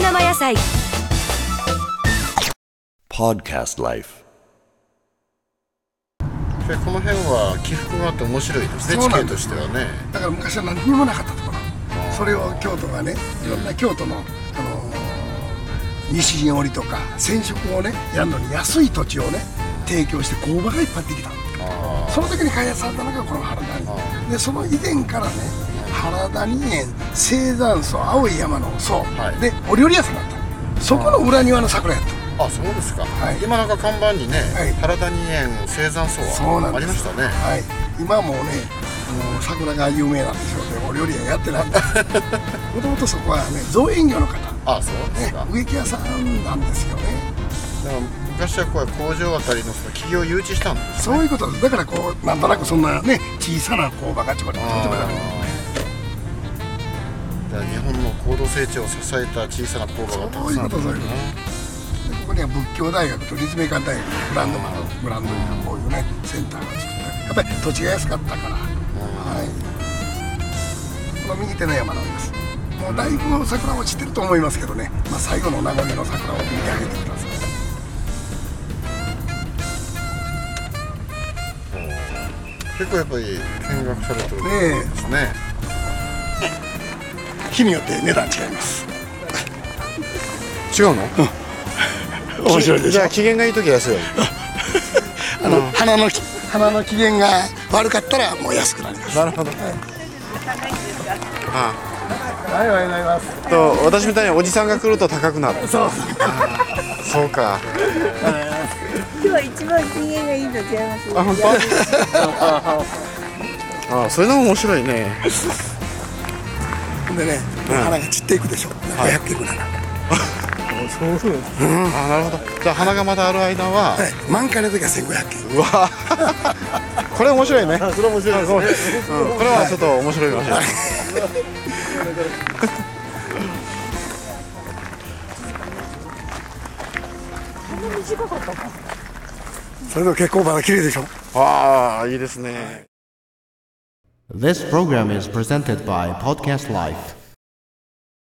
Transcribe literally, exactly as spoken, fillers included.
生野菜。 Podcast Life。 でこの辺は起伏があって面白いですね。地形としてはね。 だから昔は何にもなかったところ、それを京都がね、いろんな京都の、あのー、西陣織とか染色をねやるのに安い土地をね提供して工場がいっぱいできたの。その時に開発されたのがこの原谷で、その以前からね原谷園青山荘青い山の荘、はい、でお料理屋さんだった。そこの裏庭の桜やった。 あ、そうですか、はい、今なんか看板にね、はい、原谷園青山荘はありましたね。 はい、今はもうねもう桜が有名なんでしょうね。お料理屋やってないんだもともとそこはね造園業の方、 あ、そうですか、 ね、植木屋さんなんですよね。 だから昔はこう工場あたりのその企業を誘致したんですね。 そういうことです。だからこうなんとなくそんなね小さな工場がちょこちょこちょこちょこ日本の高度成長を支えた小さな工場がたくさんあったんですね。 ここには仏教大学と立命館大学ブランドマンブランドにこういうねセンターが作ってやっぱり土地が安かったから、はい、この右手の山なんです。もうだいぶ桜落ちてると思いますけどね、まあ、最後の名残の桜を見てあげてください。 結構やっぱり見学されてるんですね。 日によって値段違います。 違うの？ うん、面白いでしょ。 じゃあ機嫌がいい時は安い。 あの花の花の機嫌が悪かったらもう安くなります。 なるほど。はい。 はい、おはようございます。 と私みたいにおじさんが来ると高くなる。 そう。 そうか。 今日は一番機嫌がいいの違います。 あ、本当？あ、それでも面白いね。 でね、花が散っていくでしょ。ごひゃくけんぐらい。 そうです。あ、なるほど。じゃあ花がまだある間は、 満開の時はせんごひゃくけん。 うわ。これ面白いね。 それ面白いですね。 これはちょっと面白いかもしれない。 それでも結構まだ綺麗でしょ。 ああ、いいですね。 This program is presented by Podcast Life.